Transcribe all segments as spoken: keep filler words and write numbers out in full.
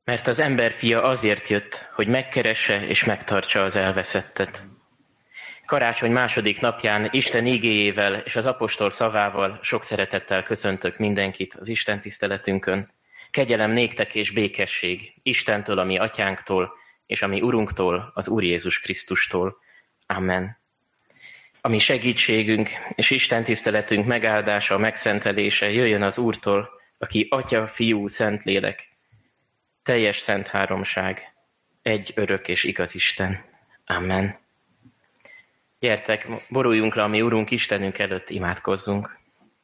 Mert az emberfia azért jött, hogy megkeresse és megtartsa az elveszettet. Karácsony második napján Isten igéjével és az apostol szavával sok szeretettel köszöntök mindenkit az Isten tiszteletünkön. Kegyelem néktek és békesség Istentől, a mi atyánktól, és a mi Urunktól, az Úr Jézus Krisztustól. Amen. A mi segítségünk és Isten tiszteletünk megáldása, megszentelése jöjjön az Úrtól, aki Atya, Fiú, Szentlélek, teljes szent háromság, egy örök és igaz Isten. Amen. Gyertek, boruljunk le a mi Urunk Istenünk előtt, imádkozzunk.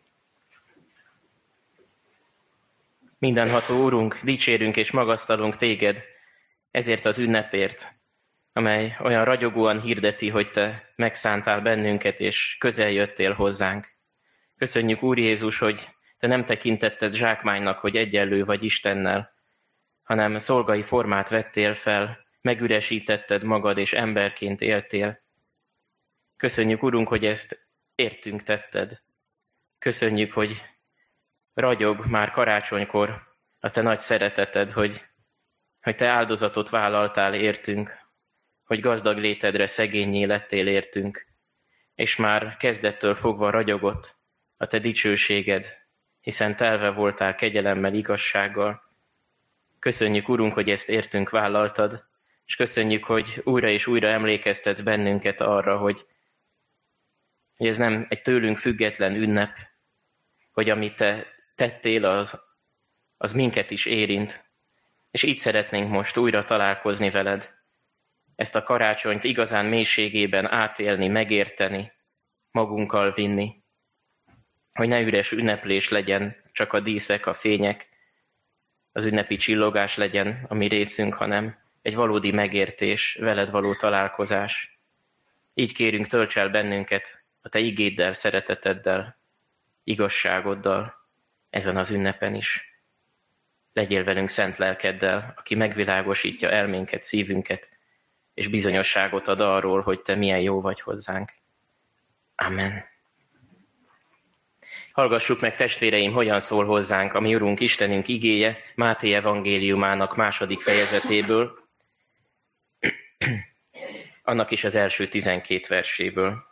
Mindenható Urunk, dicsérünk és magasztalunk téged ezért az ünnepért, amely olyan ragyogóan hirdeti, hogy te megszántál bennünket és közel jöttél hozzánk. Köszönjük, Úr Jézus, hogy te nem tekintetted zsákmánynak, hogy egyenlő vagy Istennel, hanem szolgai formát vettél fel, megüresítetted magad és emberként éltél. Köszönjük, Urunk, hogy ezt értünk tetted. Köszönjük, hogy ragyog már karácsonykor a te nagy szereteted, hogy, hogy te áldozatot vállaltál értünk, hogy gazdag létedre szegénnyé lettél értünk, és már kezdettől fogva ragyogott a te dicsőséged, hiszen telve voltál kegyelemmel, igazsággal. Köszönjük, Urunk, hogy ezt értünk vállaltad, és köszönjük, hogy újra és újra emlékeztetsz bennünket arra, hogy, hogy ez nem egy tőlünk független ünnep, hogy amit te tettél, az, az minket is érint. És így szeretnénk most újra találkozni veled, ezt a karácsonyt igazán mélységében átélni, megérteni, magunkkal vinni, hogy ne üres ünneplés legyen, csak a díszek, a fények, az ünnepi csillogás legyen a mi részünk, hanem egy valódi megértés, veled való találkozás. Így kérünk, tölts el bennünket a te igéddel, szereteteddel, igazságoddal ezen az ünnepen is. Legyél velünk szent lelkeddel, aki megvilágosítja elménket, szívünket, és bizonyosságot ad arról, hogy te milyen jó vagy hozzánk. Amen. Hallgassuk meg, testvéreim, hogyan szól hozzánk a mi Urunk Istenünk igéje Máté evangéliumának második fejezetéből, annak is az első tizenkét verséből.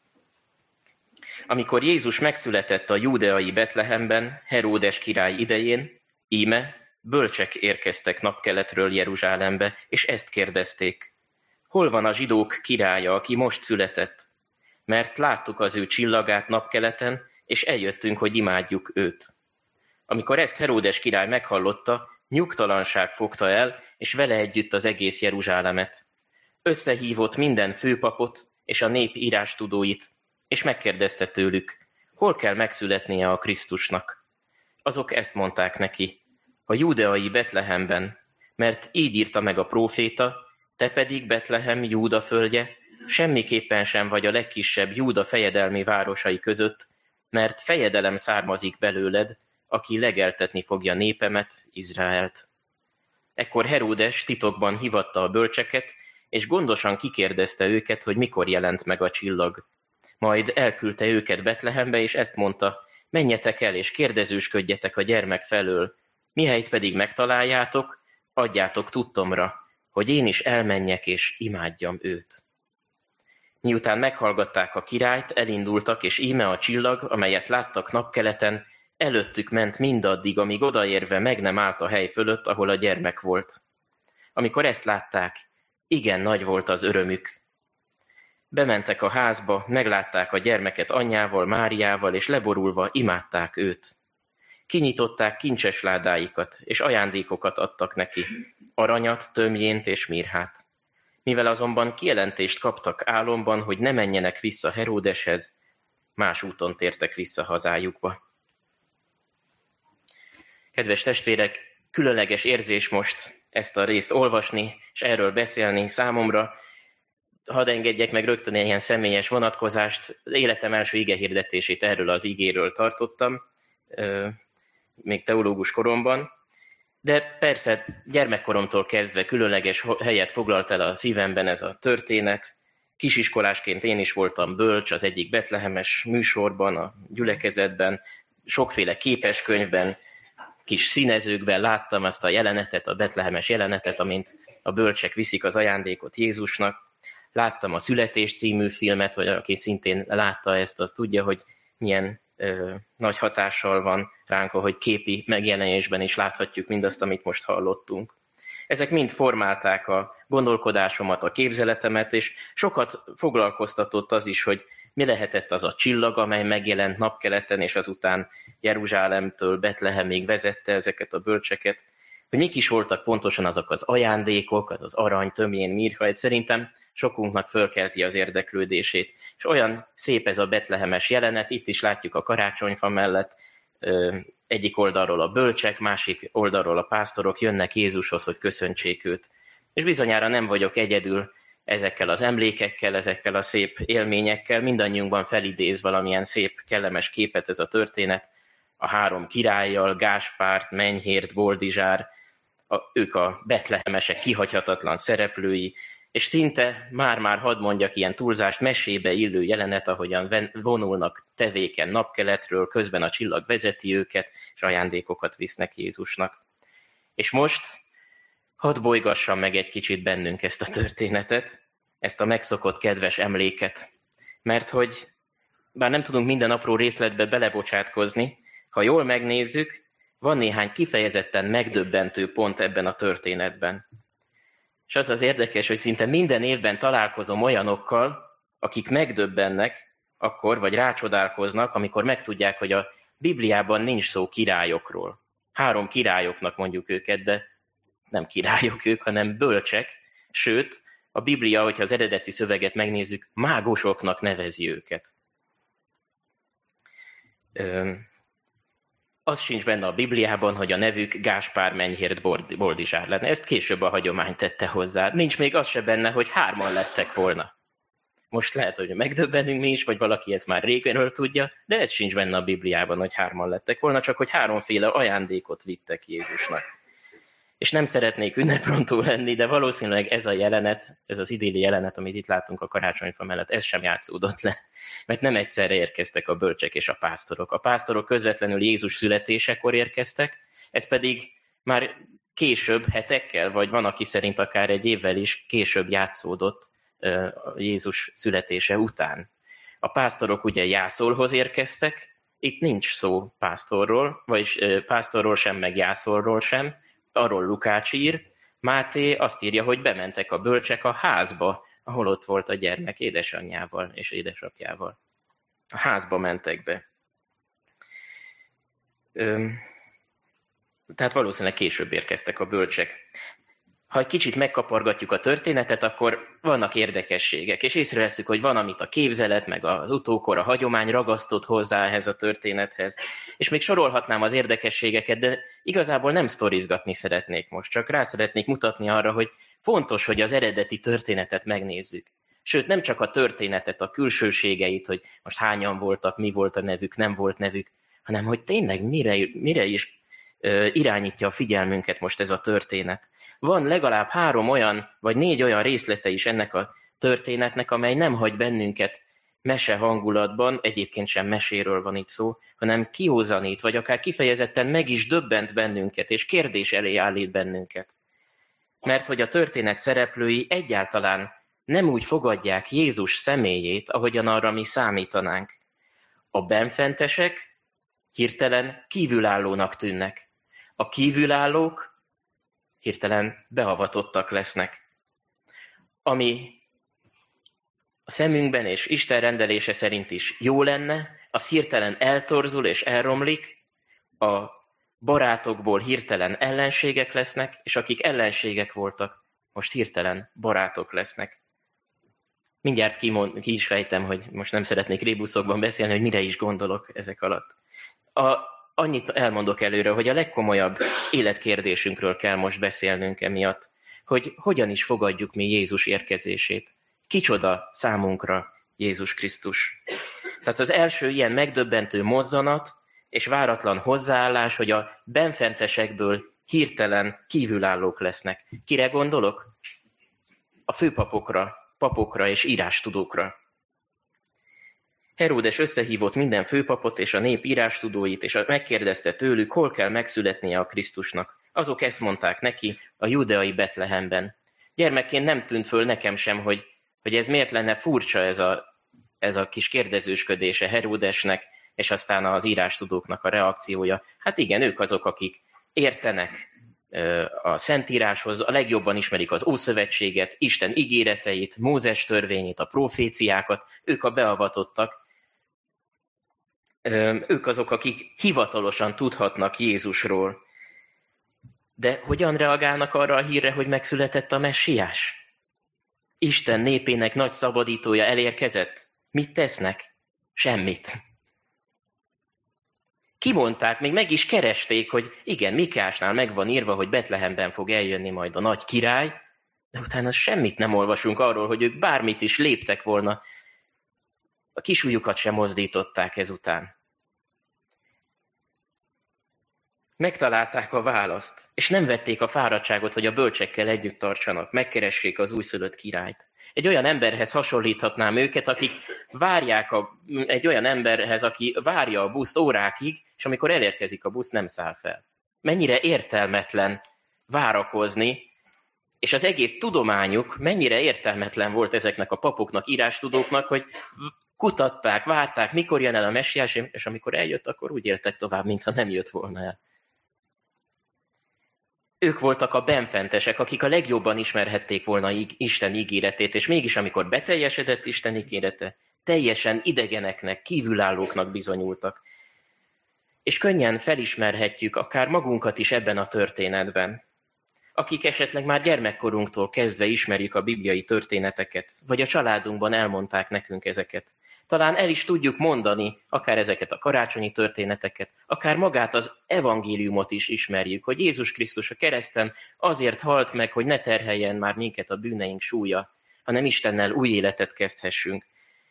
Amikor Jézus megszületett a júdeai Betlehemben, Heródes király idején, íme bölcsek érkeztek napkeletről Jeruzsálembe, és ezt kérdezték: hol van a zsidók királya, aki most született? Mert láttuk az ő csillagát napkeleten, és eljöttünk, hogy imádjuk őt. Amikor ezt Heródes király meghallotta, nyugtalanság fogta el, és vele együtt az egész Jeruzsálemet. Összehívott minden főpapot és a nép írástudóit, és megkérdezte tőlük, hol kell megszületnie a Krisztusnak. Azok ezt mondták neki: a júdeai Betlehemben, mert így írta meg a próféta, te pedig Betlehem, Júda földje, semmiképpen sem vagy a legkisebb Júda fejedelmi városai között, mert fejedelem származik belőled, aki legeltetni fogja népemet, Izraelt. Ekkor Heródes titokban hívatta a bölcseket, és gondosan kikérdezte őket, hogy mikor jelent meg a csillag. Majd elküldte őket Betlehembe, és ezt mondta: menjetek el, és kérdezősködjetek a gyermek felől, mihelyt pedig megtaláljátok, adjátok tudtomra, hogy én is elmenjek, és imádjam őt. Miután meghallgatták a királyt, elindultak, és íme a csillag, amelyet láttak napkeleten, előttük ment mindaddig, amíg odaérve meg nem állt a hely fölött, ahol a gyermek volt. Amikor ezt látták, igen nagy volt az örömük. Bementek a házba, meglátták a gyermeket anyjával, Máriával, és leborulva imádták őt. Kinyitották kincses ládáikat, és ajándékokat adtak neki, aranyat, tömjént és mirhát. Mivel azonban kijelentést kaptak álomban, hogy ne menjenek vissza Heródeshez, más úton tértek vissza hazájukba. Kedves testvérek, különleges érzés most ezt a részt olvasni, és erről beszélni számomra. Hadd engedjek meg rögtön egy ilyen személyes vonatkozást. Életem első igehirdetését erről az igéről tartottam, még teológus koromban. De persze gyermekkoromtól kezdve különleges helyet foglalt el a szívemben ez a történet. Kisiskolásként én is voltam bölcs az egyik betlehemes műsorban, a gyülekezetben, sokféle képeskönyvben kis színezőkben láttam azt a jelenetet, a betlehemes jelenetet, amint a bölcsek viszik az ajándékot Jézusnak. Láttam a Születés című filmet, vagy aki szintén látta ezt, az tudja, hogy milyen ö, nagy hatással van ránk, hogy képi megjelenésben is láthatjuk mindazt, amit most hallottunk. Ezek mind formálták a gondolkodásomat, a képzeletemet, és sokat foglalkoztatott az is, hogy mi lehetett az a csillag, amely megjelent napkeleten, és azután Jeruzsálemtől Betlehemig vezette ezeket a bölcseket, hogy mik is voltak pontosan azok az ajándékok, az az arany, tömjén, mirha, szerintem sokunknak fölkelti az érdeklődését. És olyan szép ez a betlehemes jelenet, itt is látjuk a karácsonyfa mellett, egyik oldalról a bölcsek, másik oldalról a pásztorok jönnek Jézushoz, hogy köszöntsék őt. És bizonyára nem vagyok egyedül ezekkel az emlékekkel, ezekkel a szép élményekkel, mindannyiunkban felidéz valamilyen szép, kellemes képet ez a történet, a három királlyal, Gáspárt, Menyhért, Boldizsár, a, ők a betlehemesek kihagyhatatlan szereplői, és szinte már-már hadd mondjak ilyen túlzást, mesébe illő jelenet, ahogyan vonulnak tevéken napkeletről, közben a csillag vezeti őket, és ajándékokat visznek Jézusnak. És most hadd bolygassam meg egy kicsit bennünk ezt a történetet, ezt a megszokott kedves emléket, mert hogy bár nem tudunk minden apró részletbe belebocsátkozni, ha jól megnézzük, van néhány kifejezetten megdöbbentő pont ebben a történetben. És az az érdekes, hogy szinte minden évben találkozom olyanokkal, akik megdöbbennek akkor, vagy rácsodálkoznak, amikor megtudják, hogy a Bibliában nincs szó királyokról. Három királyoknak mondjuk őket, de nem királyok ők, hanem bölcsek, sőt, a Biblia, hogyha az eredeti szöveget megnézzük, mágosoknak nevezi őket. Az sincs benne a Bibliában, hogy a nevük Gáspár, Menyhért, Boldizsár lenne. Ezt később a hagyomány tette hozzá. Nincs még az se benne, hogy hárman lettek volna. Most lehet, hogy megdöbbenünk mi is, vagy valaki ezt már régenről tudja, de ez sincs benne a Bibliában, hogy hárman lettek volna, csak hogy háromféle ajándékot vittek Jézusnak. És nem szeretnék ünneprontó lenni, de valószínűleg ez a jelenet, ez az idilli jelenet, amit itt látunk a karácsonyfa mellett, ez sem játszódott le. Mert nem egyszerre érkeztek a bölcsek és a pásztorok. A pásztorok közvetlenül Jézus születésekor érkeztek, ez pedig már később, hetekkel, vagy van, aki szerint akár egy évvel is később játszódott Jézus születése után. A pásztorok ugye Jászolhoz érkeztek, itt nincs szó pásztorról, vagyis pásztorról sem, meg Jászolról sem, arról Lukács ír, Máté azt írja, hogy bementek a bölcsek a házba, ahol ott volt a gyermek édesanyjával és édesapjával. A házba mentek be. Üm, tehát valószínűleg később érkeztek a bölcsek. Ha egy kicsit megkapargatjuk a történetet, akkor vannak érdekességek, és észreveszünk, hogy van, amit a képzelet, meg az utókor, a hagyomány ragasztott hozzá ehhez a történethez. És még sorolhatnám az érdekességeket, de igazából nem sztorizgatni szeretnék most, csak rá szeretnék mutatni arra, hogy fontos, hogy az eredeti történetet megnézzük. Sőt, nem csak a történetet, a külsőségeit, hogy most hányan voltak, mi volt a nevük, nem volt nevük, hanem hogy tényleg mire, mire is uh, irányítja a figyelmünket most ez a történet. Van legalább három olyan, vagy négy olyan részlete is ennek a történetnek, amely nem hagy bennünket mese hangulatban, egyébként sem meséről van itt szó, hanem kihozanít, vagy akár kifejezetten meg is döbbent bennünket, és kérdés elé állít bennünket. Mert hogy a történet szereplői egyáltalán nem úgy fogadják Jézus személyét, ahogyan arra mi számítanánk. A benfentesek hirtelen kívülállónak tűnnek. A kívülállók hirtelen beavatottak lesznek. Ami a szemünkben és Isten rendelése szerint is jó lenne, az hirtelen eltorzul és elromlik, a barátokból hirtelen ellenségek lesznek, és akik ellenségek voltak, most hirtelen barátok lesznek. Mindjárt kimond, ki is fejtem, hogy most nem szeretnék rébuszokban beszélni, hogy mire is gondolok ezek alatt. A Annyit elmondok előre, hogy a legkomolyabb életkérdésünkről kell most beszélnünk emiatt, hogy hogyan is fogadjuk mi Jézus érkezését. Kicsoda számunkra Jézus Krisztus. Tehát az első ilyen megdöbbentő mozzanat és váratlan hozzáállás, hogy a benfentesekből hirtelen kívülállók lesznek. Kire gondolok? A főpapokra, papokra és írástudókra. Heródes összehívott minden főpapot és a nép írástudóit, és megkérdezte tőlük, hol kell megszületnie a Krisztusnak. Azok ezt mondták neki, a judeai Betlehemben. Gyermekként nem tűnt föl nekem sem, hogy, hogy ez miért lenne furcsa ez a, ez a kis kérdezősködése Heródesnek, és aztán az írástudóknak a reakciója. Hát igen, ők azok, akik értenek a Szentíráshoz, a legjobban ismerik az Ószövetséget, Isten ígéreteit, Mózes törvényét, a proféciákat, ők a beavatottak, ők azok, akik hivatalosan tudhatnak Jézusról. De hogyan reagálnak arra a hírre, hogy megszületett a messiás? Isten népének nagy szabadítója elérkezett? Mit tesznek? Semmit. Kimondták, még meg is keresték, hogy igen, Mikásnál meg van írva, hogy Betlehemben fog eljönni majd a nagy király, de utána semmit nem olvasunk arról, hogy ők bármit is léptek volna. A kisujjukat sem mozdították ezután. Megtalálták a választ, és nem vették a fáradtságot, hogy a bölcsekkel együtt tartsanak, megkeressék az újszülött királyt. Egy olyan emberhez hasonlíthatnám őket, akik várják a, egy olyan emberhez, aki várja a buszt órákig, és amikor elérkezik a busz, nem száll fel. Mennyire értelmetlen várakozni, és az egész tudományuk mennyire értelmetlen volt ezeknek a papoknak, írástudóknak, hogy kutatták, várták, mikor jön el a messiás, és amikor eljött, akkor úgy éltek tovább, mintha nem jött volna el. Ők voltak a benfentesek, akik a legjobban ismerhették volna Isten ígéretét, és mégis amikor beteljesedett Isten ígérete, teljesen idegeneknek, kívülállóknak bizonyultak. És könnyen felismerhetjük akár magunkat is ebben a történetben. Akik esetleg már gyermekkorunktól kezdve ismerjük a bibliai történeteket, vagy a családunkban elmondták nekünk ezeket. Talán el is tudjuk mondani akár ezeket a karácsonyi történeteket, akár magát az evangéliumot is ismerjük, hogy Jézus Krisztus a kereszten azért halt meg, hogy ne terheljen már minket a bűneink súlya, hanem Istennel új életet kezdhessünk.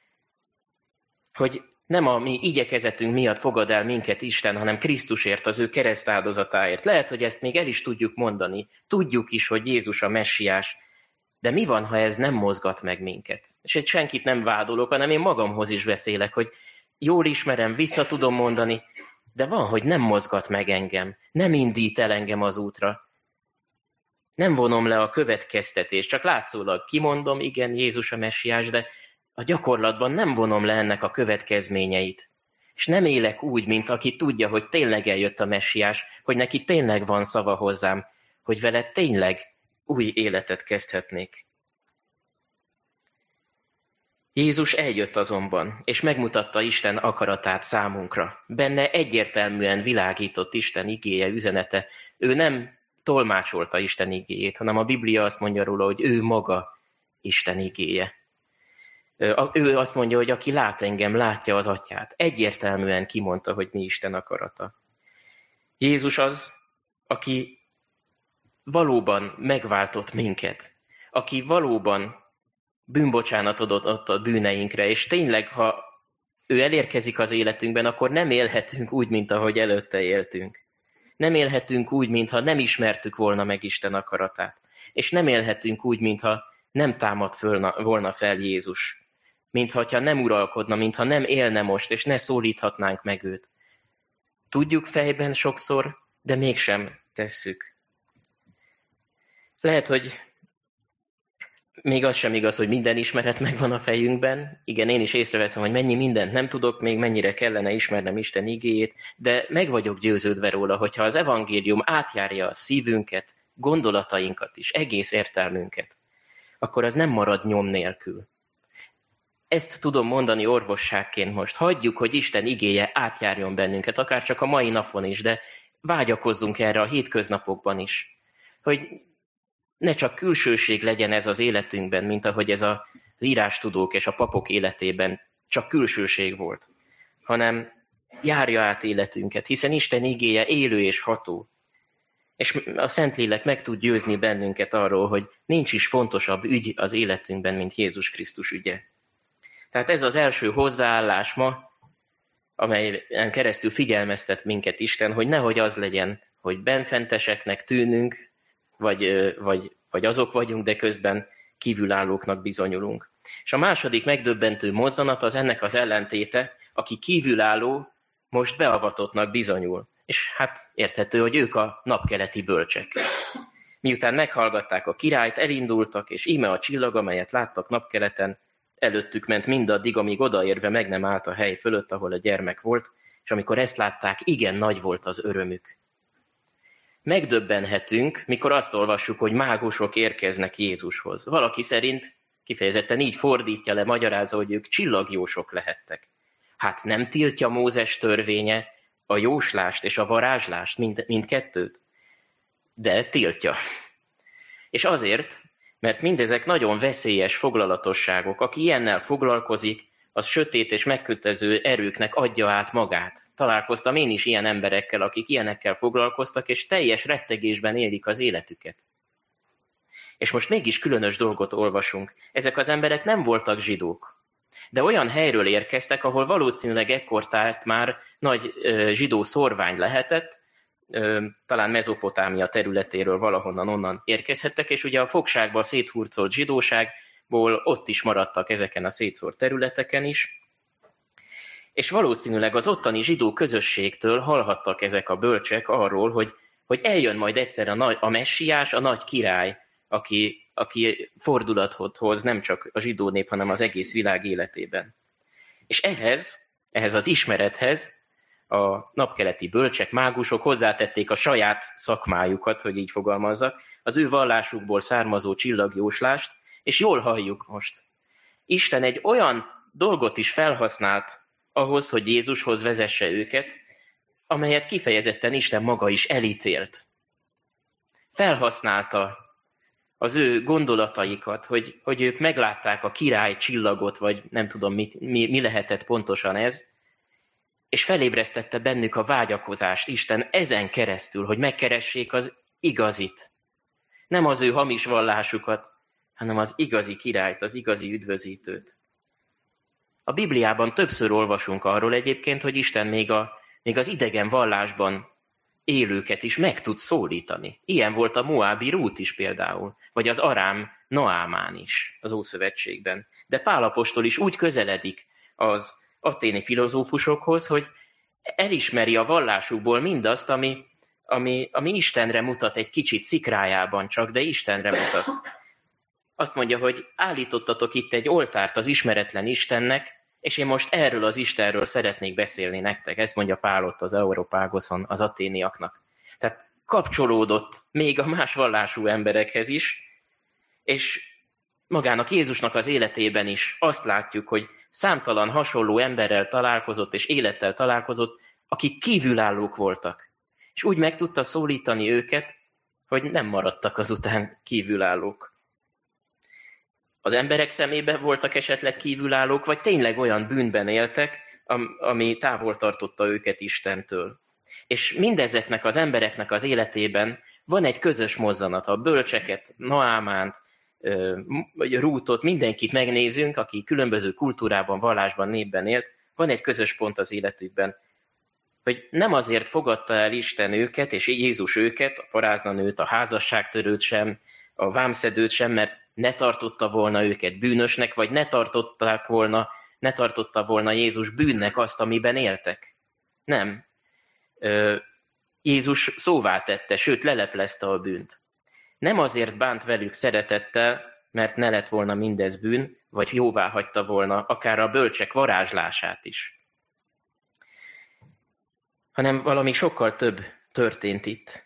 Hogy nem a mi igyekezetünk miatt fogad el minket Isten, hanem Krisztusért, az ő keresztáldozatáért. Lehet, hogy ezt még el is tudjuk mondani. Tudjuk is, hogy Jézus a messiás. De mi van, ha ez nem mozgat meg minket? És egy senkit nem vádolok, hanem én magamhoz is beszélek, hogy jól ismerem, vissza tudom mondani, de van, hogy nem mozgat meg engem, nem indít el engem az útra. Nem vonom le a következtetést, csak látszólag kimondom, igen, Jézus a messiás, de a gyakorlatban nem vonom le ennek a következményeit. És nem élek úgy, mint aki tudja, hogy tényleg eljött a messiás, hogy neki tényleg van szava hozzám, hogy vele tényleg új életet kezdhetnék. Jézus eljött azonban, és megmutatta Isten akaratát számunkra. Benne egyértelműen világított Isten igéje, üzenete. Ő nem tolmácsolta Isten igéjét, hanem a Biblia azt mondja róla, hogy ő maga Isten igéje. Ő azt mondja, hogy aki lát engem, látja az atyát. Egyértelműen kimondta, hogy mi Isten akarata. Jézus az, aki valóban megváltott minket, aki valóban bűnbocsánatot adott a bűneinkre, és tényleg, ha ő elérkezik az életünkben, akkor nem élhetünk úgy, mint ahogy előtte éltünk. Nem élhetünk úgy, mintha nem ismertük volna meg Isten akaratát. És nem élhetünk úgy, mintha nem támad föl, volna fel Jézus. Mintha nem uralkodna, mintha nem élne most, és ne szólíthatnánk meg őt. Tudjuk fejben sokszor, de mégsem tesszük. Lehet, hogy még az sem igaz, hogy minden ismeret megvan a fejünkben. Igen, én is észreveszem, hogy mennyi mindent nem tudok, még mennyire kellene ismernem Isten igéjét, de meg vagyok győződve róla, hogyha az evangélium átjárja a szívünket, gondolatainkat is, egész értelmünket, akkor az nem marad nyom nélkül. Ezt tudom mondani orvosságként most. Hagyjuk, hogy Isten igéje átjárjon bennünket, akár csak a mai napon is, de vágyakozzunk erre a hétköznapokban is. Hogy ne csak külsőség legyen ez az életünkben, mint ahogy ez az írástudók és a papok életében csak külsőség volt, hanem járja át életünket, hiszen Isten igéje élő és ható. És a Szentlélek meg tud győzni bennünket arról, hogy nincs is fontosabb ügy az életünkben, mint Jézus Krisztus ügye. Tehát ez az első hozzáállás ma, amelyen keresztül figyelmeztet minket Isten, hogy nehogy az legyen, hogy benfenteseknek tűnünk, vagy, vagy, vagy azok vagyunk, de közben kívülállóknak bizonyulunk. És a második megdöbbentő mozzanat az ennek az ellentéte, aki kívülálló, most beavatottnak bizonyul. És hát érthető, hogy ők a napkeleti bölcsek. Miután meghallgatták a királyt, elindultak, és íme a csillag, amelyet láttak napkeleten, előttük ment mindaddig, amíg odaérve meg nem állt a hely fölött, ahol a gyermek volt, és amikor ezt látták, igen nagy volt az örömük. Megdöbbenhetünk, mikor azt olvassuk, hogy mágusok érkeznek Jézushoz. Valaki szerint kifejezetten így fordítja le, magyarázza, hogy ők csillagjósok lehettek. Hát nem tiltja Mózes törvénye a jóslást és a varázslást, mind, mindkettőt? De tiltja. És azért, mert mindezek nagyon veszélyes foglalatosságok. Aki ilyennel foglalkozik, az sötét és megkötöző erőknek adja át magát. Találkoztam én is ilyen emberekkel, akik ilyenekkel foglalkoztak, és teljes rettegésben élik az életüket. És most mégis különös dolgot olvasunk. Ezek az emberek nem voltak zsidók, de olyan helyről érkeztek, ahol valószínűleg ekkortárt már nagy ö, zsidó szórvány lehetett, ö, talán Mezopotámia területéről valahonnan onnan érkezhettek, és ugye a fogságban széthurcolt zsidóságból ott is maradtak ezeken a szétszórt területeken is, és valószínűleg az ottani zsidó közösségtől hallhattak ezek a bölcsek arról, hogy, hogy eljön majd egyszer a, nagy, a messiás, a nagy király, aki, aki fordulatot hoz nem csak a zsidó nép, hanem az egész világ életében. És ehhez, ehhez az ismerethez a napkeleti bölcsek, mágusok hozzátették a saját szakmájukat, hogy így fogalmazzak, az ő vallásukból származó csillagjóslást, és jól halljuk most. Isten egy olyan dolgot is felhasznált ahhoz, hogy Jézushoz vezesse őket, amelyet kifejezetten Isten maga is elítélt. Felhasználta az ő gondolataikat, hogy, hogy ők meglátták a király csillagot, vagy nem tudom, mit, mi, mi lehetett pontosan ez, és felébresztette bennük a vágyakozást Isten ezen keresztül, hogy megkeressék az igazit. Nem az ő hamis vallásukat, hanem az igazi királyt, az igazi üdvözítőt. A Bibliában többször olvasunk arról egyébként, hogy Isten még, a, még az idegen vallásban élőket is meg tud szólítani. Ilyen volt a moábi Rút is például, vagy az arám Naámán is az Ószövetségben. De Pál apostol is úgy közeledik az athéni filozófusokhoz, hogy elismeri a vallásukból mindazt, ami, ami, ami Istenre mutat egy kicsit szikrájában csak, de Istenre mutat. Azt mondja, hogy állítottatok itt egy oltárt az ismeretlen Istennek, és én most erről az Istenről szeretnék beszélni nektek. Ezt mondja Pál ott az Areopágoszon az athéniaknak. Tehát kapcsolódott még a más vallású emberekhez is, és magának Jézusnak az életében is azt látjuk, hogy számtalan hasonló emberrel találkozott és élettel találkozott, akik kívülállók voltak. És úgy meg tudta szólítani őket, hogy nem maradtak azután kívülállók. Az emberek szemében voltak esetleg kívülállók, vagy tényleg olyan bűnben éltek, ami távol tartotta őket Istentől. És mindezeknek az embereknek az életében van egy közös mozzanat. A bölcseket, Naámánt, Rútot, mindenkit megnézünk, aki különböző kultúrában, vallásban, népben élt, van egy közös pont az életükben, hogy nem azért fogadta el Isten őket, és Jézus őket, a paráznanőt, a házasságtörőt sem, a vámszedőt sem, mert ne tartotta volna őket bűnösnek, vagy ne tartották volna, ne tartotta volna Jézus bűnnek azt, amiben éltek. Nem. Jézus szóvá tette, sőt leleplezte a bűnt. Nem azért bánt velük szeretettel, mert ne lett volna mindez bűn, vagy jóvá hagyta volna akár a bölcsek varázslását is. Hanem valami sokkal több történt itt.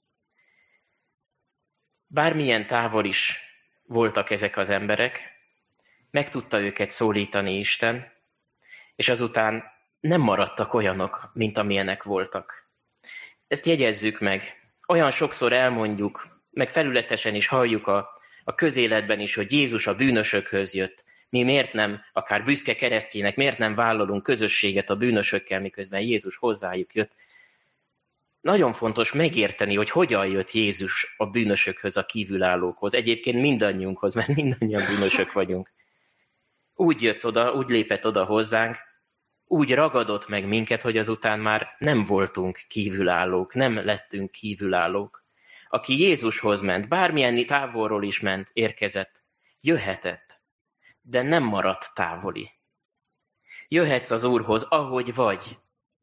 Bármilyen távol is voltak ezek az emberek, meg tudta őket szólítani Isten, és azután nem maradtak olyanok, mint amilyenek voltak. Ezt jegyezzük meg. Olyan sokszor elmondjuk, meg felületesen is halljuk a, a közéletben is, hogy Jézus a bűnösökhöz jött. Mi miért nem, akár büszke keresztjének, miért nem vállalunk közösséget a bűnösökkel, miközben Jézus hozzájuk jött. Nagyon fontos megérteni, hogy hogyan jött Jézus a bűnösökhöz, a kívülállókhoz. Egyébként mindannyiunkhoz, mert mindannyian bűnösök vagyunk. Úgy jött oda, úgy lépett oda hozzánk, úgy ragadott meg minket, hogy azután már nem voltunk kívülállók, nem lettünk kívülállók. Aki Jézushoz ment, bármilyen távolról is ment, érkezett, jöhetett. de nem maradt távoli. Jöhetsz az Úrhoz, ahogy vagy,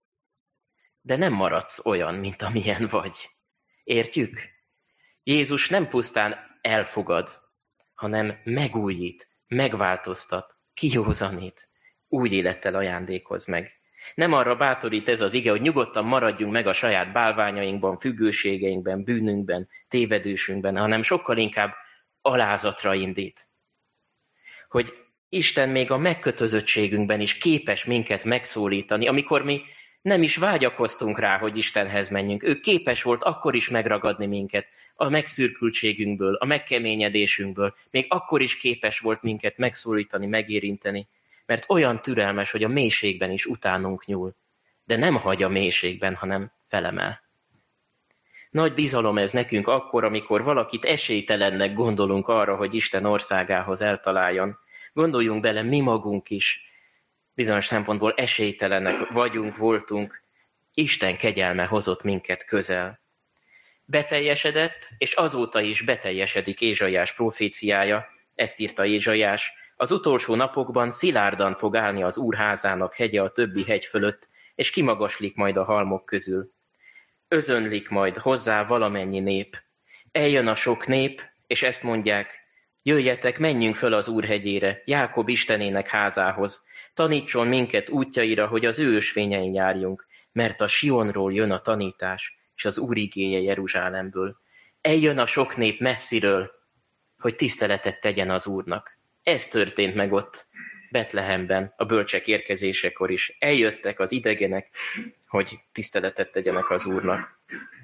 de nem maradsz olyan, mint amilyen vagy. Értjük? Jézus nem pusztán elfogad, hanem megújít, megváltoztat, kijózanít, új élettel ajándékoz meg. Nem arra bátorít ez az ige, hogy nyugodtan maradjunk meg a saját bálványainkban, függőségeinkben, bűnünkben, tévedésünkben, hanem sokkal inkább alázatra indít. Hogy Isten még a megkötözöttségünkben is képes minket megszólítani, amikor mi nem is vágyakoztunk rá, hogy Istenhez menjünk. Ő képes volt akkor is megragadni minket a megszürkültségünkből, a megkeményedésünkből. Még akkor is képes volt minket megszólítani, megérinteni, mert olyan türelmes, hogy a mélységben is utánunk nyúl. De nem hagy a mélységben, hanem felemel. Nagy bizalom ez nekünk akkor, amikor valakit esélytelennek gondolunk arra, hogy Isten országához eltaláljon. Gondoljunk bele, mi magunk is bizonyos szempontból esélytelenek vagyunk, voltunk. Isten kegyelme hozott minket közel. Beteljesedett, és azóta is beteljesedik Ézsaiás proféciája, ezt írta Ézsaiás. Az utolsó napokban szilárdan fog állni az Úr házának hegye a többi hegy fölött, és kimagaslik majd a halmok közül. Özönlik majd hozzá valamennyi nép. Eljön a sok nép, és ezt mondják, jöjjetek, menjünk föl az Úr hegyére, Jákob Istenének házához. Tanítson minket útjaira, hogy az ő ösvényein járjunk, mert a Sionról jön a tanítás, és az Úr igéje Jeruzsálemből. Eljön a sok nép messziről, hogy tiszteletet tegyen az Úrnak. Ez történt meg ott Betlehemben, a bölcsek érkezésekor is. Eljöttek az idegenek, hogy tiszteletet tegyenek az Úrnak.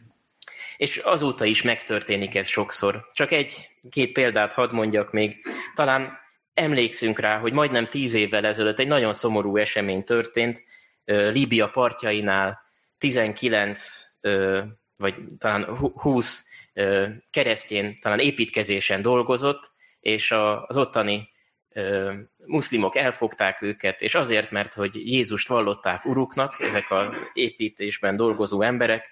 És azóta is megtörténik ez sokszor. Csak egy-két példát hadd mondjak még. Talán emlékszünk rá, hogy majdnem tíz évvel ezelőtt egy nagyon szomorú esemény történt. Líbia partjainál tizenkilenc, vagy talán húsz keresztény talán építkezésen dolgozott, és az ottani muszlimok elfogták őket, és azért, mert hogy Jézust vallották uruknak, ezek az építésben dolgozó emberek,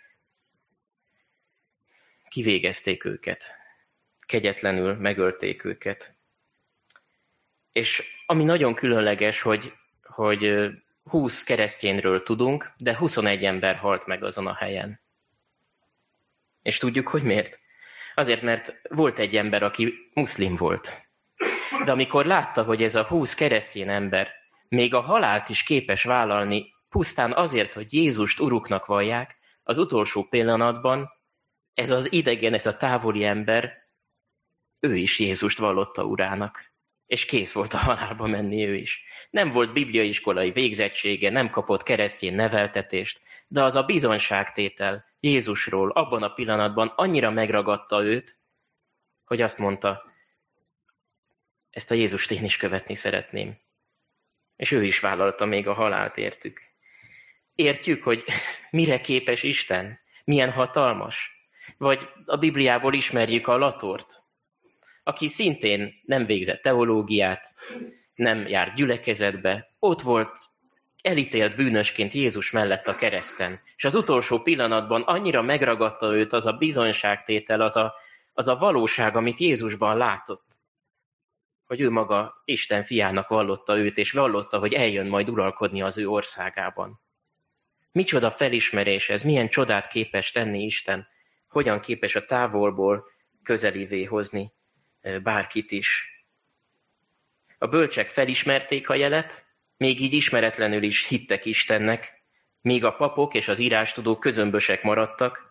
kivégezték őket. Kegyetlenül megölték őket. És ami nagyon különleges, hogy, hogy húsz keresztényről tudunk, de huszonegy ember halt meg azon a helyen. És tudjuk, hogy miért? Azért, mert volt egy ember, aki muszlim volt. De amikor látta, hogy ez a húsz keresztény ember még a halált is képes vállalni, pusztán azért, hogy Jézust uruknak vallják, az utolsó pillanatban ez az idegen, ez a távoli ember, ő is Jézust vallotta urának. És kész volt a halálba menni ő is. Nem volt bibliaiskolai végzettsége, nem kapott keresztény neveltetést, de az a bizonyságtétel Jézusról abban a pillanatban annyira megragadta őt, hogy azt mondta, ezt a Jézust én is követni szeretném. És ő is vállalta még a halált értük. Értjük, hogy mire képes Isten? Milyen hatalmas? Vagy a Bibliából ismerjük a Latort, aki szintén nem végzett teológiát, nem járt gyülekezetbe, ott volt elítélt bűnösként Jézus mellett a kereszten. És az utolsó pillanatban annyira megragadta őt az a bizonyságtétel, az a, az a valóság, amit Jézusban látott, hogy ő maga Isten fiának vallotta őt, és vallotta, hogy eljön majd uralkodni az ő országában. Micsoda felismerés ez, milyen csodát képes tenni Isten, hogyan képes a távolból közelivé hozni bárkit is. A bölcsek felismerték a jelet, még így ismeretlenül is hittek Istennek, míg a papok és az írástudók közömbösek maradtak.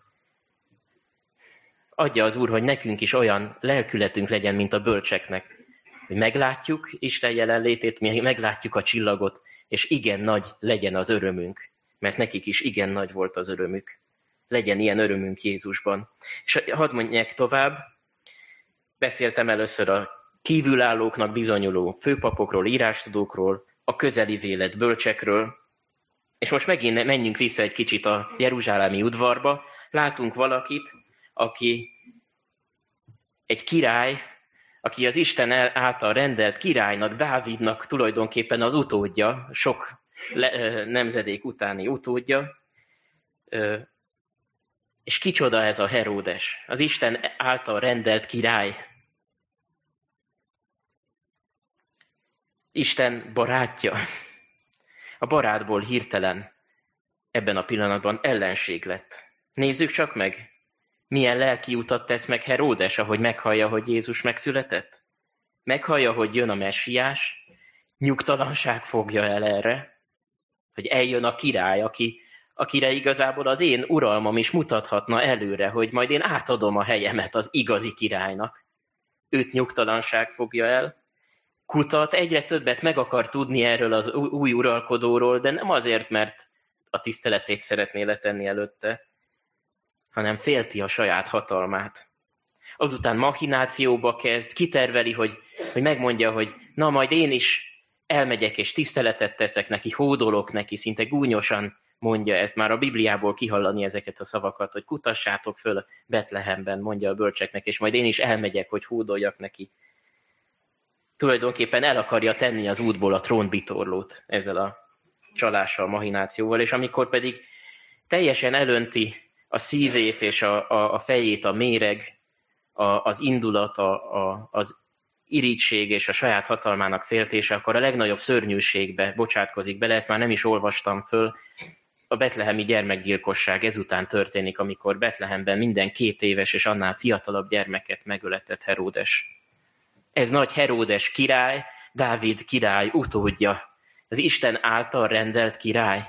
Adja az Úr, hogy nekünk is olyan lelkületünk legyen, mint a bölcseknek, hogy meglátjuk Isten jelenlétét, mi meglátjuk a csillagot, és igen nagy legyen az örömünk, mert nekik is igen nagy volt az örömük. Legyen ilyen örömünk Jézusban. És hadd mondják tovább, beszéltem először a kívülállóknak bizonyuló főpapokról, írástudókról, a közeli vélet bölcsekről, és most megint menjünk vissza egy kicsit a jeruzsálemi udvarba. Látunk valakit, aki egy király, aki az Isten által rendelt királynak, Dávidnak tulajdonképpen az utódja, sok le, nemzedék utáni utódja. És kicsoda ez a Heródes, az Isten által rendelt király. Isten barátja. A barátból hirtelen ebben a pillanatban ellenség lett. Nézzük csak meg, milyen lelki utat tesz meg Heródes, ahogy meghallja, hogy Jézus megszületett. Meghallja, hogy jön a messiás, nyugtalanság fogja el erre, hogy eljön a király, aki, akire igazából az én uralmam is mutathatna előre, hogy majd én átadom a helyemet az igazi királynak. Őt nyugtalanság fogja el, kutat, egyre többet meg akar tudni erről az új uralkodóról, de nem azért, mert a tiszteletét szeretné letenni előtte, hanem félti a saját hatalmát. Azután machinációba kezd, kiterveli, hogy, hogy megmondja, hogy na majd én is elmegyek és tiszteletet teszek neki, hódolok neki, szinte gúnyosan mondja ezt, már a Bibliából kihallani ezeket a szavakat, hogy kutassátok föl Betlehemben, mondja a bölcseknek, és majd én is elmegyek, hogy hódoljak neki. Tulajdonképpen el akarja tenni az útból a trónbitorlót ezzel a csalással, machinációval, és amikor pedig teljesen elönti a szívét és a, a, a fejét a méreg, a, az indulat, a, a, az irigység és a saját hatalmának féltése, akkor a legnagyobb szörnyűségbe bocsátkozik bele, ezt már nem is olvastam föl. A betlehemi gyermekgyilkosság ezután történik, amikor Betlehemben minden két éves és annál fiatalabb gyermeket megöletett Heródes. Ez nagy Heródes király, Dávid király utódja. Ez Isten által rendelt király.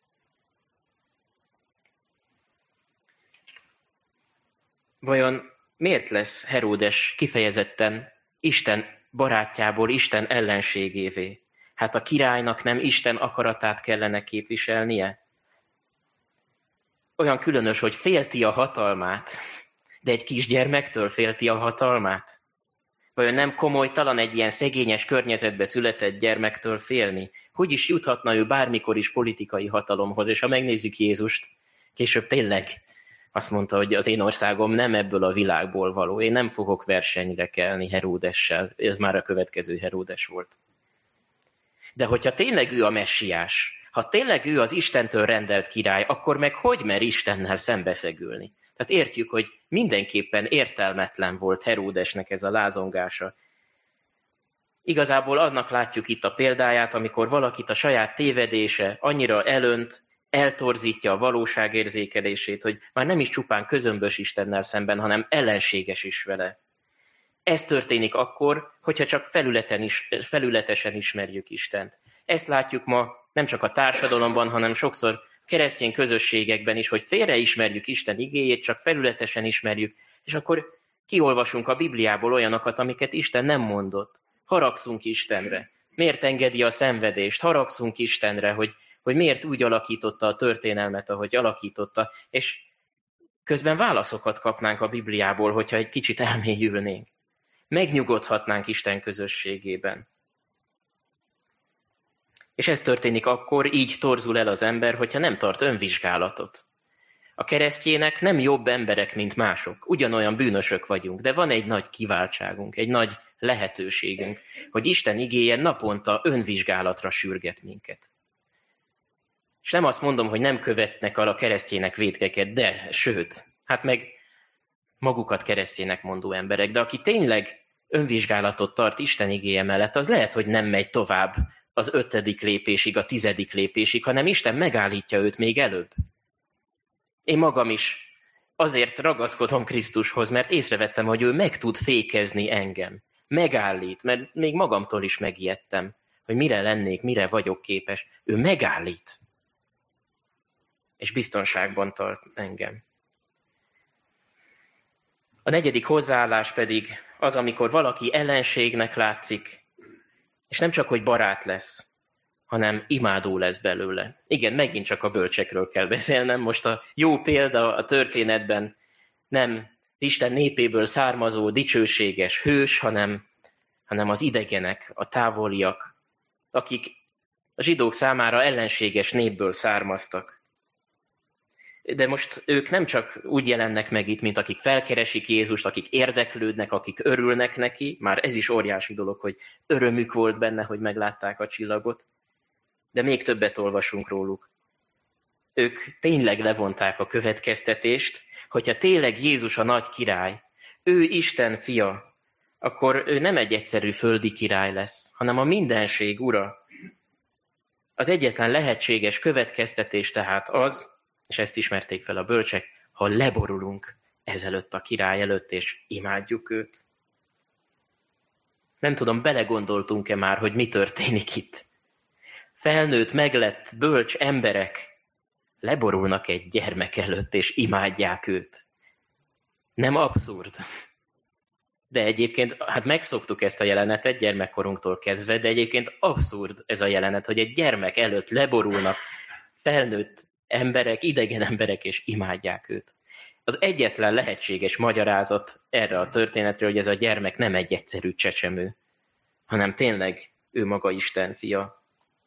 Vajon miért lesz Heródes kifejezetten Isten barátjából Isten ellenségévé? Hát a királynak nem Isten akaratát kellene képviselnie? Olyan különös, hogy félti a hatalmát, de egy kisgyermektől félti a hatalmát? Vajon nem komolytalan egy ilyen szegényes környezetbe született gyermektől félni? Hogy is juthatna ő bármikor is politikai hatalomhoz? És ha megnézzük Jézust, később tényleg azt mondta, hogy az én országom nem ebből a világból való. Én nem fogok versenyre kelni Heródessel. Ez már a következő Heródes volt. De hogyha tényleg ő a messiás, ha tényleg ő az Istentől rendelt király, akkor meg hogy mer Istennel szembeszegülni? Tehát értjük, hogy mindenképpen értelmetlen volt Heródesnek ez a lázongása. Igazából annak látjuk itt a példáját, amikor valakit a saját tévedése annyira elönt, eltorzítja a valóságérzékelését, hogy már nem is csupán közömbös Istennel szemben, hanem ellenséges is vele. Ez történik akkor, hogyha csak felületen is, felületesen ismerjük Istent. Ezt látjuk ma nem csak a társadalomban, hanem sokszor keresztény közösségekben is, hogy félreismerjük Isten igéjét, csak felületesen ismerjük, és akkor kiolvasunk a Bibliából olyanokat, amiket Isten nem mondott. Haragszunk Istenre. Miért engedi a szenvedést? Haragszunk Istenre, hogy, hogy miért úgy alakította a történelmet, ahogy alakította, és közben válaszokat kapnánk a Bibliából, hogyha egy kicsit elmélyülnénk. Megnyugodhatnánk Isten közösségében. És ez történik akkor, így torzul el az ember, hogyha nem tart önvizsgálatot. A keresztjének nem jobb emberek, mint mások. Ugyanolyan bűnösök vagyunk, de van egy nagy kiváltságunk, egy nagy lehetőségünk, hogy Isten igéje naponta önvizsgálatra sürget minket. És nem azt mondom, hogy nem követnek el a keresztjének vétkeket, de sőt, hát meg magukat keresztjének mondó emberek, de aki tényleg önvizsgálatot tart Isten igéje mellett, az lehet, hogy nem megy tovább az ötödik lépésig, a tizedik lépésig, hanem Isten megállítja őt még előbb. Én magam is azért ragaszkodom Krisztushoz, mert észrevettem, hogy ő meg tud fékezni engem. Megállít, mert még magamtól is megijedtem, hogy mire lennék, mire vagyok képes. Ő megállít, és biztonságban tart engem. A negyedik hozzáállás pedig az, amikor valaki ellenségnek látszik, és nem csak, hogy barát lesz, hanem imádó lesz belőle. Igen, megint csak a bölcsekről kell beszélnem. Most a jó példa a történetben nem Isten népéből származó dicsőséges hős, hanem, hanem az idegenek, a távoliak, akik a zsidók számára ellenséges népből származtak. De most ők nem csak úgy jelennek meg itt, mint akik felkeresik Jézust, akik érdeklődnek, akik örülnek neki, már ez is óriási dolog, hogy örömük volt benne, hogy meglátták a csillagot, de még többet olvasunk róluk. Ők tényleg levonták a következtetést, hogyha tényleg Jézus a nagy király, ő Isten fia, akkor ő nem egy egyszerű földi király lesz, hanem a mindenség ura. Az egyetlen lehetséges következtetés tehát az, és ezt ismerték fel a bölcsek, ha leborulunk ezelőtt a király előtt, és imádjuk őt. Nem tudom, belegondoltunk-e már, hogy mi történik itt. Felnőtt, meglett, bölcs emberek leborulnak egy gyermek előtt, és imádják őt. Nem abszurd. De egyébként, hát megszoktuk ezt a jelenetet gyermekkorunktól kezdve, de egyébként abszurd ez a jelenet, hogy egy gyermek előtt leborulnak felnőtt emberek, idegen emberek, és imádják őt. Az egyetlen lehetséges magyarázat erre a történetre, hogy ez a gyermek nem egy egyszerű csecsemő, hanem tényleg ő maga Isten fia.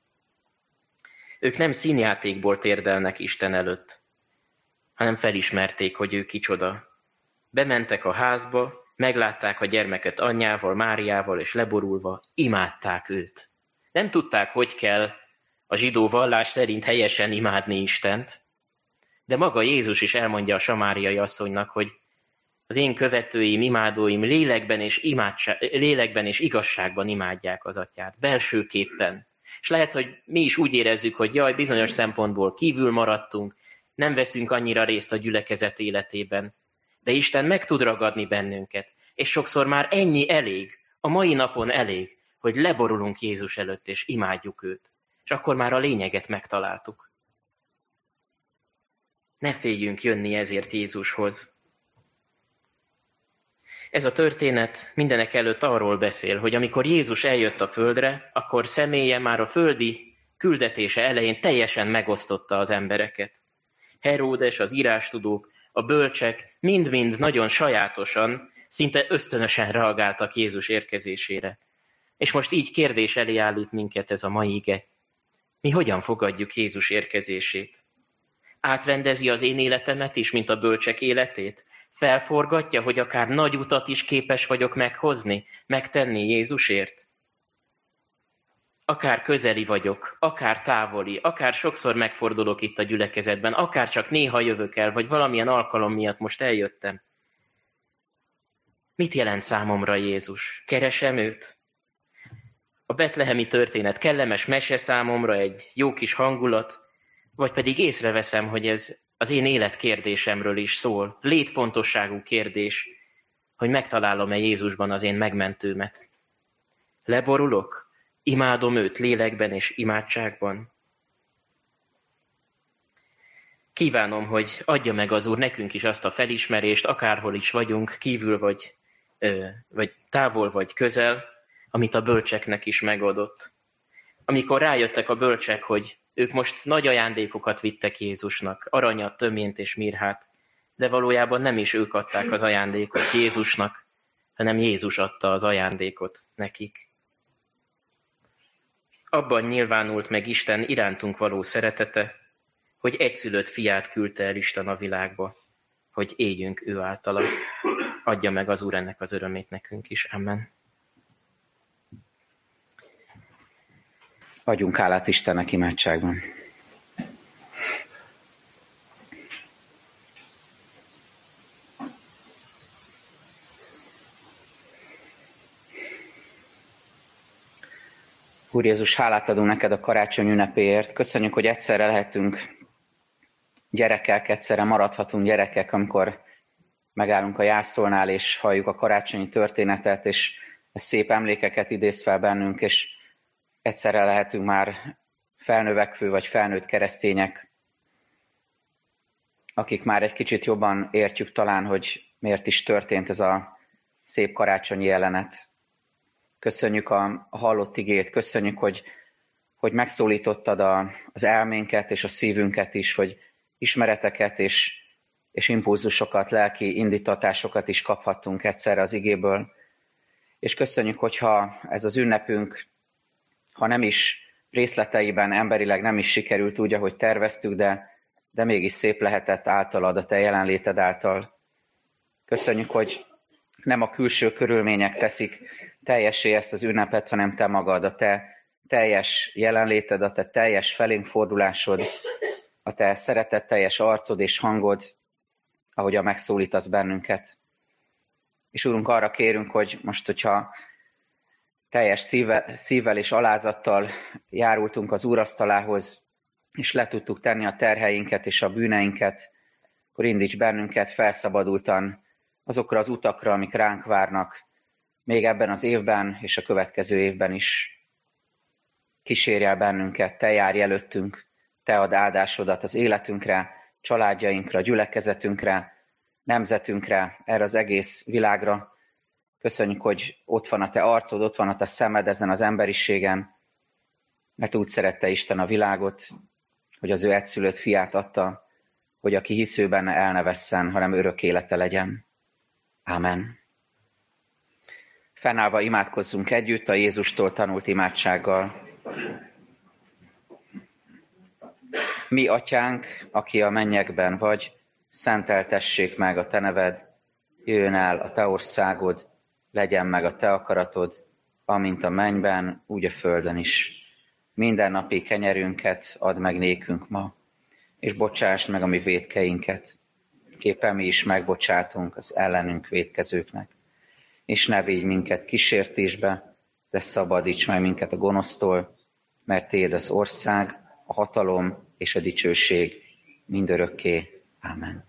Ők nem színjátékból térdelnek Isten előtt, hanem felismerték, hogy ő kicsoda. Bementek a házba, meglátták a gyermeket anyjával, Máriával, és leborulva imádták őt. Nem tudták, hogy kell a zsidó vallás szerint helyesen imádni Istent, de maga Jézus is elmondja a samáriai asszonynak, hogy az én követőim, imádóim lélekben és, imádság, lélekben és igazságban imádják az atyát, belsőképpen. És lehet, hogy mi is úgy érezzük, hogy jaj, bizonyos szempontból kívül maradtunk, nem veszünk annyira részt a gyülekezet életében, de Isten meg tud ragadni bennünket, és sokszor már ennyi elég, a mai napon elég, hogy leborulunk Jézus előtt, és imádjuk őt. És akkor már a lényeget megtaláltuk. Ne féljünk jönni ezért Jézushoz. Ez a történet mindenek előtt arról beszél, hogy amikor Jézus eljött a földre, akkor személye már a földi küldetése elején teljesen megosztotta az embereket. Heródes, az írástudók, a bölcsek mind-mind nagyon sajátosan, szinte ösztönösen reagáltak Jézus érkezésére. És most így kérdés elé állít minket ez a mai ige. Mi hogyan fogadjuk Jézus érkezését? Átrendezi az én életemet is, mint a bölcsek életét? Felforgatja, hogy akár nagy utat is képes vagyok meghozni, megtenni Jézusért? Akár közeli vagyok, akár távoli, akár sokszor megfordulok itt a gyülekezetben, akár csak néha jövök el, vagy valamilyen alkalom miatt most eljöttem. Mit jelent számomra Jézus? Keresem őt? A betlehemi történet kellemes mese számomra, egy jó kis hangulat, vagy pedig észreveszem, hogy ez az én életkérdésemről is szól. Létfontosságú kérdés, hogy megtalálom-e Jézusban az én megmentőmet. Leborulok? Imádom őt lélekben és imádságban? Kívánom, hogy adja meg az Úr nekünk is azt a felismerést, akárhol is vagyunk, kívül vagy, ö, vagy távol vagy közel, amit a bölcseknek is megadott. Amikor rájöttek a bölcsek, hogy ők most nagy ajándékokat vittek Jézusnak, aranyat, töményt és mirhát, de valójában nem is ők adták az ajándékot Jézusnak, hanem Jézus adta az ajándékot nekik. Abban nyilvánult meg Isten irántunk való szeretete, hogy egyszülött fiát küldte el Isten a világba, hogy éljünk ő általa. Adja meg az Úr ennek az örömét nekünk is. Amen. Adjunk hálát Istennek imádságban. Úr Jézus, hálát adunk neked a karácsony ünnepéért. Köszönjük, hogy egyszerre lehetünk gyerekek, egyszerre maradhatunk gyerekek, amikor megállunk a jászolnál, és halljuk a karácsonyi történetet, és ez szép emlékeket idéz fel bennünk, és egyszerre lehetünk már felnövekvő vagy felnőtt keresztények, akik már egy kicsit jobban értjük talán, hogy miért is történt ez a szép karácsonyi jelenet. Köszönjük a hallott igét, köszönjük, hogy, hogy megszólítottad a, az elménket és a szívünket is, hogy ismereteket és, és impulzusokat, lelki indítatásokat is kaphattunk egyszerre az igéből. És köszönjük, hogyha ez az ünnepünk, ha nem is részleteiben, emberileg nem is sikerült úgy, ahogy terveztük, de, de mégis szép lehetett általad, a te jelenléted által. Köszönjük, hogy nem a külső körülmények teszik teljessé ezt az ünnepet, hanem te magad, a te teljes jelenléted, a te teljes felénk fordulásod, a te szeretetteljes arcod és hangod, ahogyan megszólítasz bennünket. És Urunk, arra kérünk, hogy most, hogyha teljes szívvel, szívvel és alázattal járultunk az úrasztalához, és le tudtuk tenni a terheinket és a bűneinket, akkor indíts bennünket felszabadultan azokra az utakra, amik ránk várnak, még ebben az évben és a következő évben is. Kísérj el bennünket, te járj előttünk, te add áldásodat az életünkre, családjainkra, gyülekezetünkre, nemzetünkre, erre az egész világra. Köszönjük, hogy ott van a te arcod, ott van a te szemed ezen az emberiségen, mert úgy szerette Isten a világot, hogy az ő egyszülött fiát adta, hogy aki hisz ő benne el ne vesszen, hanem örök élete legyen. Ámen. Fennállva imádkozzunk együtt a Jézustól tanult imádsággal. Mi, atyánk, aki a mennyekben vagy, szenteltessék meg a te neved, jöjjön el a te országod, legyen meg a te akaratod, amint a mennyben, úgy a földön is. Minden napi kenyerünket add meg nékünk ma, és bocsásd meg a mi vétkeinket, képpen mi is megbocsátunk az ellenünk vétkezőknek. És ne védj minket kísértésbe, de szabadíts meg minket a gonosztól, mert tiéd az ország, a hatalom és a dicsőség mindörökké. Ámen.